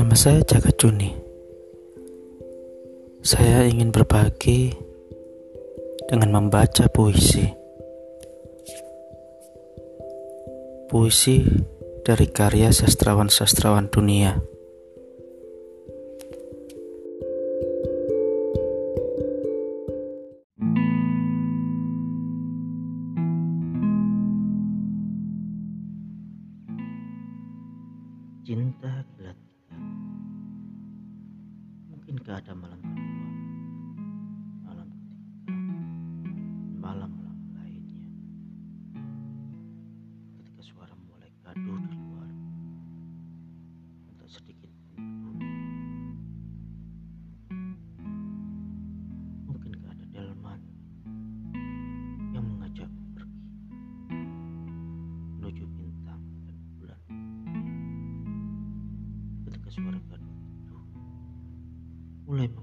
Nama saya Jaka Juni. Saya ingin berbagi dengan membaca puisi. Puisi dari karya sastrawan-sastrawan dunia. Cinta kilat kita. Mungkinkah ada malam kedua, malam ketiga, malam-malam lainnya, ketika suara mulai gaduh di luar, untuk sedikit pun berbunyi. Mungkinkah ada delman yang mengajakku pergi menuju bintang dan bulan, ketika suara gaduh itu mulai